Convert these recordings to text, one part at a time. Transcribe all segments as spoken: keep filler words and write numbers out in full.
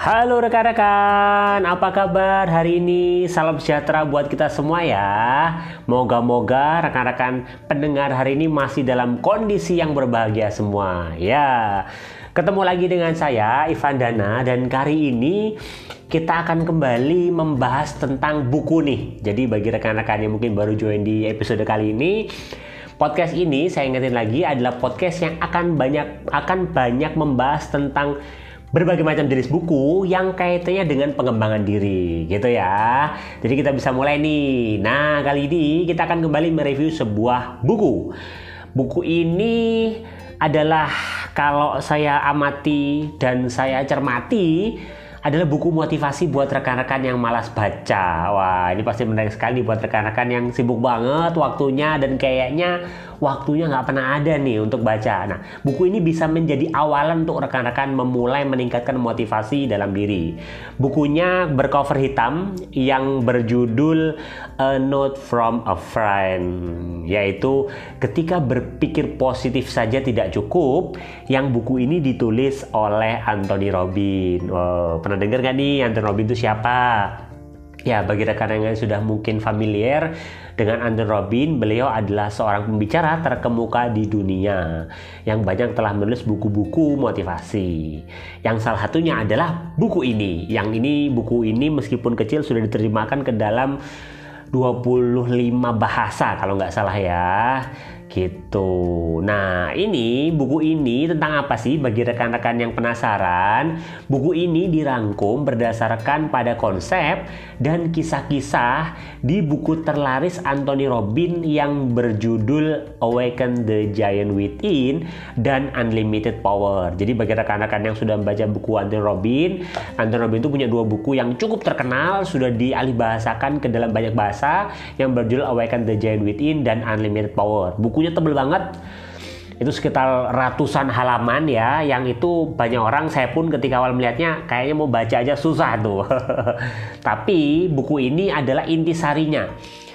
Halo rekan-rekan, apa kabar hari ini? Salam sejahtera buat kita semua ya. Moga-moga rekan-rekan pendengar hari ini masih dalam kondisi yang berbahagia semua. Ya, ketemu lagi dengan saya Ivan Dana dan kali ini kita akan kembali membahas tentang buku nih. Jadi bagi rekan-rekan yang mungkin baru join di episode kali ini, podcast ini saya ingetin lagi adalah podcast yang akan banyak akan banyak membahas tentang berbagai macam jenis buku yang kaitannya dengan pengembangan diri gitu ya. Jadi kita bisa mulai nih. Nah, kali ini kita akan kembali mereview sebuah buku. Buku ini adalah kalau saya amati dan saya cermati adalah buku motivasi buat rekan-rekan yang malas baca. Wah, ini pasti menarik sekali buat rekan-rekan yang sibuk banget waktunya dan kayaknya waktunya nggak pernah ada nih untuk baca. Nah, buku ini bisa menjadi awalan untuk rekan-rekan memulai meningkatkan motivasi dalam diri. Bukunya bercover hitam yang berjudul A Note from a Friend, yaitu ketika berpikir positif saja tidak cukup, yang buku ini ditulis oleh Anthony Robbins. Wow, pernah dengar nggak nih Anthony Robbins itu siapa? Ya, bagi rekan-rekan yang sudah mungkin familiar dengan Anthony Robbins, beliau adalah seorang pembicara terkemuka di dunia yang banyak telah menulis buku-buku motivasi. Yang salah satunya adalah buku ini. Yang ini buku ini meskipun kecil sudah diterjemahkan ke dalam dua puluh lima bahasa kalau nggak salah ya. Gitu. Nah, ini buku ini tentang apa sih bagi rekan-rekan yang penasaran? Buku ini dirangkum berdasarkan pada konsep dan kisah-kisah di buku terlaris Anthony Robbins yang berjudul Awaken the Giant Within dan Unlimited Power. Jadi bagi rekan-rekan yang sudah membaca buku Anthony Robbins, Anthony Robbins itu punya dua buku yang cukup terkenal, sudah dialihbahasakan ke dalam banyak bahasa, yang berjudul Awaken the Giant Within dan Unlimited Power. Bukunya tebel banget, itu sekitar ratusan halaman ya, yang itu banyak orang, saya pun ketika awal melihatnya kayaknya mau baca aja susah tuh. Tapi buku ini adalah intisarinya.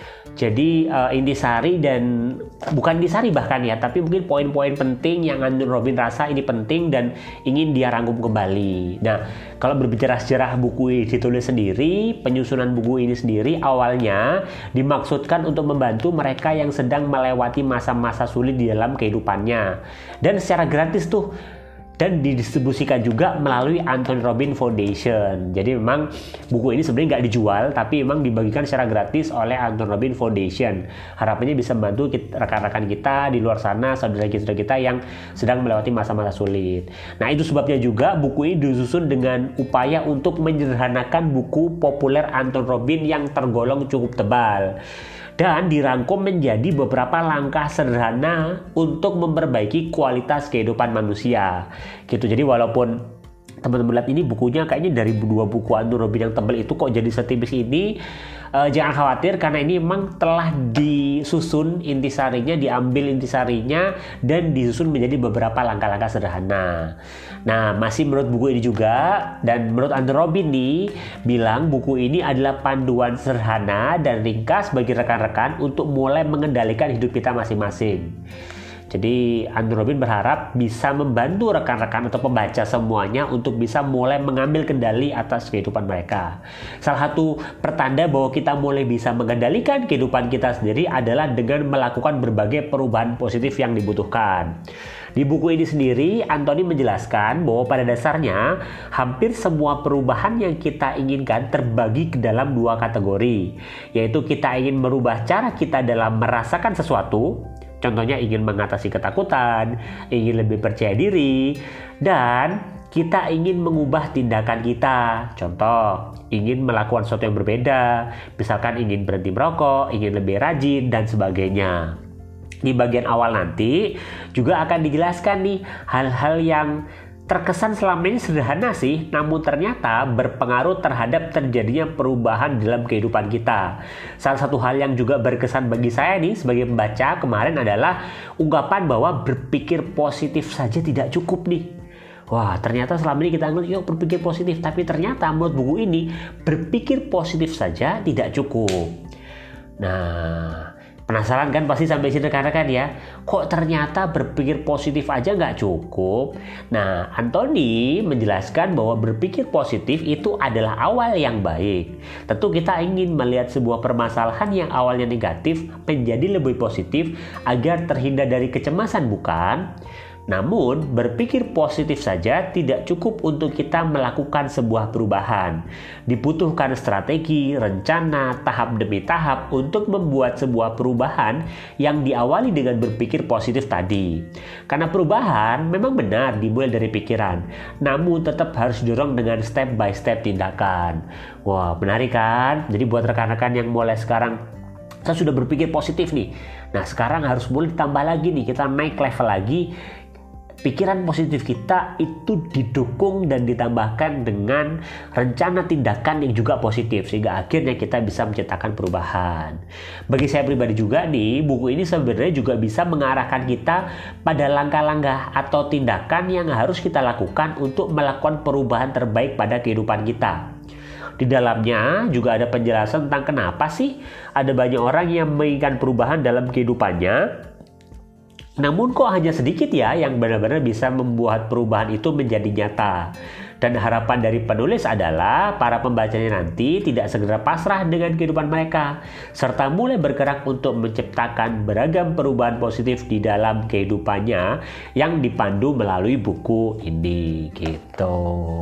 Jadi uh, intisari dan bukan intisari bahkan ya, tapi mungkin poin-poin penting yang Anthony Robbins rasa ini penting dan ingin dia rangkum kembali. Nah, kalau berbicara sejarah buku ini ditulis sendiri, penyusunan buku ini sendiri awalnya dimaksudkan untuk membantu mereka yang sedang melewati masa-masa sulit di dalam kehidupannya. Dan secara gratis tuh, dan didistribusikan juga melalui Anthony Robbins Foundation. Jadi memang buku ini sebenarnya nggak dijual, tapi memang dibagikan secara gratis oleh Anthony Robbins Foundation. Harapannya bisa membantu rekan-rekan kita di luar sana, saudara-saudara kita yang sedang melewati masa-masa sulit. Nah, itu sebabnya juga buku ini disusun dengan upaya untuk menyederhanakan buku populer Anthony Robbins yang tergolong cukup tebal, dan dirangkum menjadi beberapa langkah sederhana untuk memperbaiki kualitas kehidupan manusia. Gitu. Jadi walaupun teman-teman lihat ini bukunya kayaknya dari dua buku Anthony Robbins yang tebal itu kok jadi setipis ini, uh, jangan khawatir karena ini memang telah disusun intisarinya, diambil intisarinya dan disusun menjadi beberapa langkah-langkah sederhana. Nah, masih menurut buku ini juga, dan menurut Anthony Robbins nih, bilang buku ini adalah panduan sederhana dan ringkas bagi rekan-rekan untuk mulai mengendalikan hidup kita masing-masing. Jadi Anthony Robbins berharap bisa membantu rekan-rekan atau pembaca semuanya untuk bisa mulai mengambil kendali atas kehidupan mereka. Salah satu pertanda bahwa kita mulai bisa mengendalikan kehidupan kita sendiri adalah dengan melakukan berbagai perubahan positif yang dibutuhkan. Di buku ini sendiri, Anthony menjelaskan bahwa pada dasarnya hampir semua perubahan yang kita inginkan terbagi ke dalam dua kategori, yaitu kita ingin merubah cara kita dalam merasakan sesuatu. Contohnya ingin mengatasi ketakutan, ingin lebih percaya diri, dan kita ingin mengubah tindakan kita. Contoh, ingin melakukan sesuatu yang berbeda, misalkan ingin berhenti merokok, ingin lebih rajin, dan sebagainya. Di bagian awal nanti juga akan dijelaskan nih hal-hal yang terkesan selama ini sederhana sih, namun ternyata berpengaruh terhadap terjadinya perubahan dalam kehidupan kita. Salah satu hal yang juga berkesan bagi saya nih sebagai pembaca kemarin adalah ungkapan bahwa berpikir positif saja tidak cukup nih. Wah, ternyata selama ini kita ngeliat, yuk berpikir positif, tapi ternyata menurut buku ini berpikir positif saja tidak cukup. Nah, Penasaran kan pasti sampai sini rekan-rekan ya? Kok ternyata berpikir positif aja nggak cukup? Nah, Anthony menjelaskan bahwa berpikir positif itu adalah awal yang baik. Tentu kita ingin melihat sebuah permasalahan yang awalnya negatif menjadi lebih positif agar terhindar dari kecemasan, bukan? Namun, berpikir positif saja tidak cukup untuk kita melakukan sebuah perubahan. Dibutuhkan strategi, rencana, tahap demi tahap untuk membuat sebuah perubahan yang diawali dengan berpikir positif tadi. Karena perubahan memang benar dimulai dari pikiran, namun tetap harus didorong dengan step by step tindakan. Wah, menarik kan? Jadi buat rekan-rekan yang mulai sekarang, saya sudah berpikir positif nih. Nah, sekarang harus mulai ditambah lagi nih, kita naik level lagi. Pikiran positif kita itu didukung dan ditambahkan dengan rencana tindakan yang juga positif sehingga akhirnya kita bisa menciptakan perubahan. Bagi saya pribadi juga nih, buku ini sebenarnya juga bisa mengarahkan kita pada langkah-langkah atau tindakan yang harus kita lakukan untuk melakukan perubahan terbaik pada kehidupan kita. Di dalamnya juga ada penjelasan tentang kenapa sih ada banyak orang yang menginginkan perubahan dalam kehidupannya. Namun kok hanya sedikit ya yang benar-benar bisa membuat perubahan itu menjadi nyata. Dan harapan dari penulis adalah para pembacanya nanti tidak segera pasrah dengan kehidupan mereka, serta mulai bergerak untuk menciptakan beragam perubahan positif di dalam kehidupannya yang dipandu melalui buku ini gitu.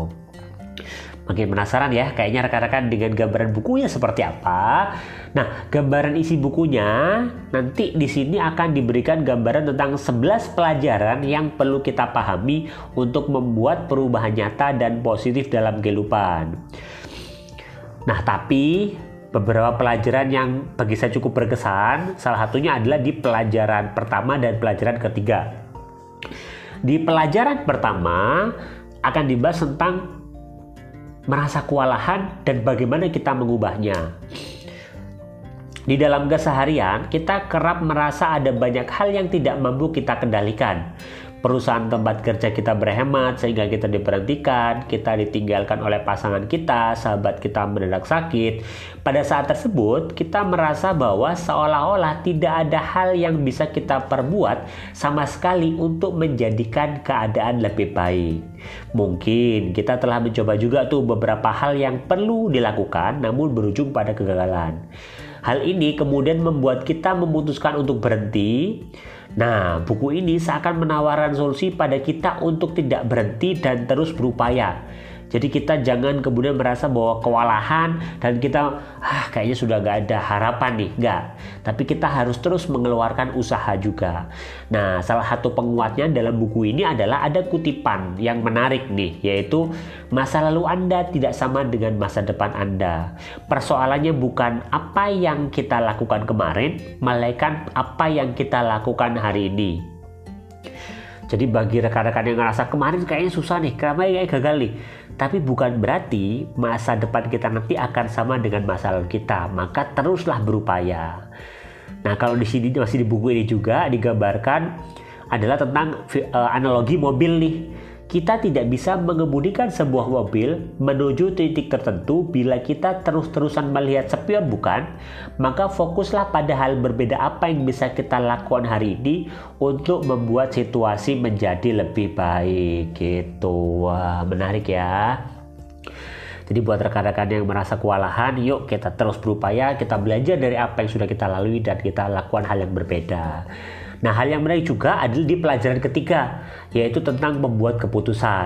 Makin penasaran ya kayaknya rekan-rekan dengan gambaran bukunya seperti apa. Nah, gambaran isi bukunya nanti di sini akan diberikan gambaran tentang sebelas pelajaran yang perlu kita pahami untuk membuat perubahan nyata dan positif dalam kehidupan. Nah, tapi beberapa pelajaran yang bagi saya cukup berkesan, salah satunya adalah di pelajaran pertama dan pelajaran ketiga. Di pelajaran pertama akan dibahas tentang merasa kewalahan dan bagaimana kita mengubahnya. Di dalam keseharian, kita kerap merasa ada banyak hal yang tidak mampu kita kendalikan. Perusahaan tempat kerja kita berhemat sehingga kita diberhentikan, kita ditinggalkan oleh pasangan kita, sahabat kita mendadak sakit. Pada saat tersebut, kita merasa bahwa seolah-olah tidak ada hal yang bisa kita perbuat sama sekali untuk menjadikan keadaan lebih baik. Mungkin kita telah mencoba juga tuh beberapa hal yang perlu dilakukan namun berujung pada kegagalan. Hal ini kemudian membuat kita memutuskan untuk berhenti. Nah, buku ini seakan menawarkan solusi pada kita untuk tidak berhenti dan terus berupaya. Jadi kita jangan kemudian merasa bahwa kewalahan dan kita ah kayaknya sudah gak ada harapan nih, enggak. Tapi kita harus terus mengeluarkan usaha juga. Nah, salah satu penguatnya dalam buku ini adalah ada kutipan yang menarik nih, yaitu masa lalu Anda tidak sama dengan masa depan Anda. Persoalannya bukan apa yang kita lakukan kemarin, melainkan apa yang kita lakukan hari ini. Jadi bagi rekan-rekan yang ngerasa kemarin kayaknya susah nih, kayaknya gagal nih. Tapi bukan berarti masa depan kita nanti akan sama dengan masa lalu kita. Maka teruslah berupaya. Nah, kalau di sini masih di buku ini juga digambarkan adalah tentang uh, analogi mobil nih. Kita tidak bisa mengemudikan sebuah mobil menuju titik tertentu bila kita terus-terusan melihat spion, bukan? Maka fokuslah pada hal berbeda apa yang bisa kita lakukan hari ini untuk membuat situasi menjadi lebih baik gitu. Wah, menarik ya. Jadi buat rekan-rekan yang merasa kewalahan, yuk kita terus berupaya, kita belajar dari apa yang sudah kita lalui dan kita lakukan hal yang berbeda. Nah, hal yang menarik juga adalah di pelajaran ketiga, yaitu tentang membuat keputusan.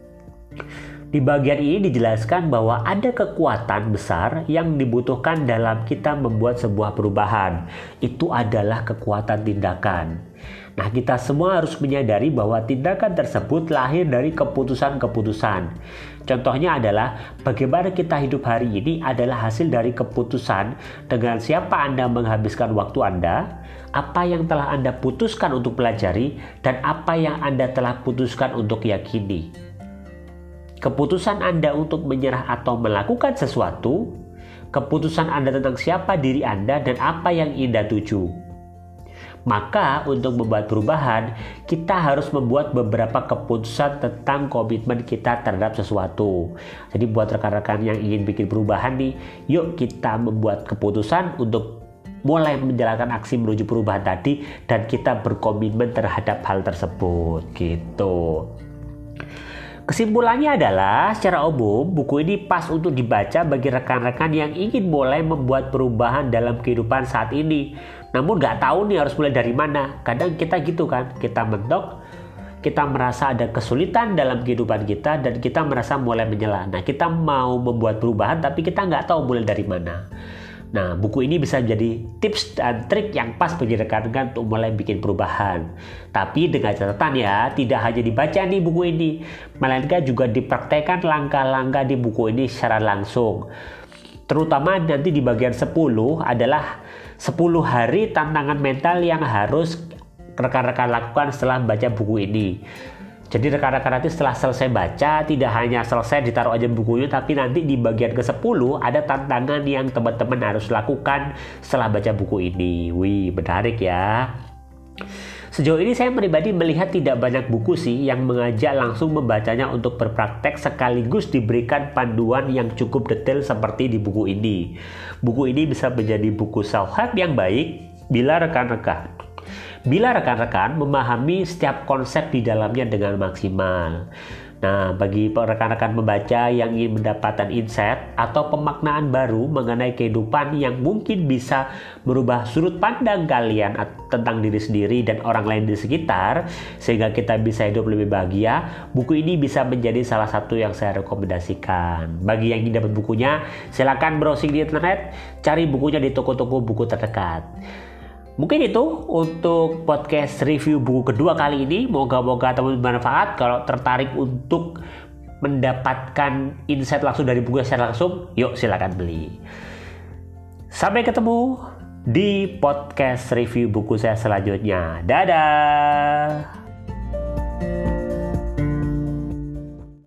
Di bagian ini dijelaskan bahwa ada kekuatan besar yang dibutuhkan dalam kita membuat sebuah perubahan. Itu adalah kekuatan tindakan. Nah, kita semua harus menyadari bahwa tindakan tersebut lahir dari keputusan-keputusan. Contohnya adalah bagaimana kita hidup hari ini adalah hasil dari keputusan dengan siapa Anda menghabiskan waktu Anda, apa yang telah Anda putuskan untuk pelajari, dan apa yang Anda telah putuskan untuk yakini. Keputusan Anda untuk menyerah atau melakukan sesuatu, keputusan Anda tentang siapa diri Anda dan apa yang Anda tuju. Maka untuk membuat perubahan, kita harus membuat beberapa keputusan tentang komitmen kita terhadap sesuatu. Jadi buat rekan-rekan yang ingin bikin perubahan nih, yuk kita membuat keputusan untuk mulai menjalankan aksi menuju perubahan tadi dan kita berkomitmen terhadap hal tersebut gitu. Kesimpulannya adalah secara umum buku ini pas untuk dibaca bagi rekan-rekan yang ingin mulai membuat perubahan dalam kehidupan saat ini. Namun gak tahu nih harus mulai dari mana. Kadang kita gitu kan, kita mentok, kita merasa ada kesulitan dalam kehidupan kita dan kita merasa mulai menyela. Nah, kita mau membuat perubahan tapi kita nggak tahu mulai dari mana. Nah, buku ini bisa jadi tips dan trik yang pas bagi rekan-rekan untuk mulai bikin perubahan. Tapi dengan catatan ya, tidak hanya dibaca nih buku ini, melainkan juga dipraktekkan langkah-langkah di buku ini secara langsung. Terutama nanti di bagian sepuluh adalah sepuluh hari tantangan mental yang harus rekan-rekan lakukan setelah baca buku ini. Jadi rekan-rekan nanti setelah selesai baca, tidak hanya selesai ditaruh aja bukunya, tapi nanti di bagian ke sepuluh ada tantangan yang teman-teman harus lakukan setelah baca buku ini. Wih, menarik ya. Sejauh ini saya pribadi melihat tidak banyak buku sih yang mengajak langsung membacanya untuk berpraktek sekaligus diberikan panduan yang cukup detail seperti di buku ini. Buku ini bisa menjadi buku self-help yang baik bila rekan-rekan Bila rekan-rekan memahami setiap konsep di dalamnya dengan maksimal. Nah, bagi rekan-rekan membaca yang ingin mendapatkan insight atau pemaknaan baru mengenai kehidupan yang mungkin bisa merubah sudut pandang kalian tentang diri sendiri dan orang lain di sekitar, sehingga kita bisa hidup lebih bahagia, buku ini bisa menjadi salah satu yang saya rekomendasikan. Bagi yang ingin dapat bukunya, silakan browsing di internet, cari bukunya di toko-toko buku terdekat. Mungkin itu untuk podcast review buku kedua kali ini. Moga-moga teman-teman bermanfaat. Kalau tertarik untuk mendapatkan insight langsung dari buku secara langsung, yuk silakan beli. Sampai ketemu di podcast review buku saya selanjutnya. Dadah.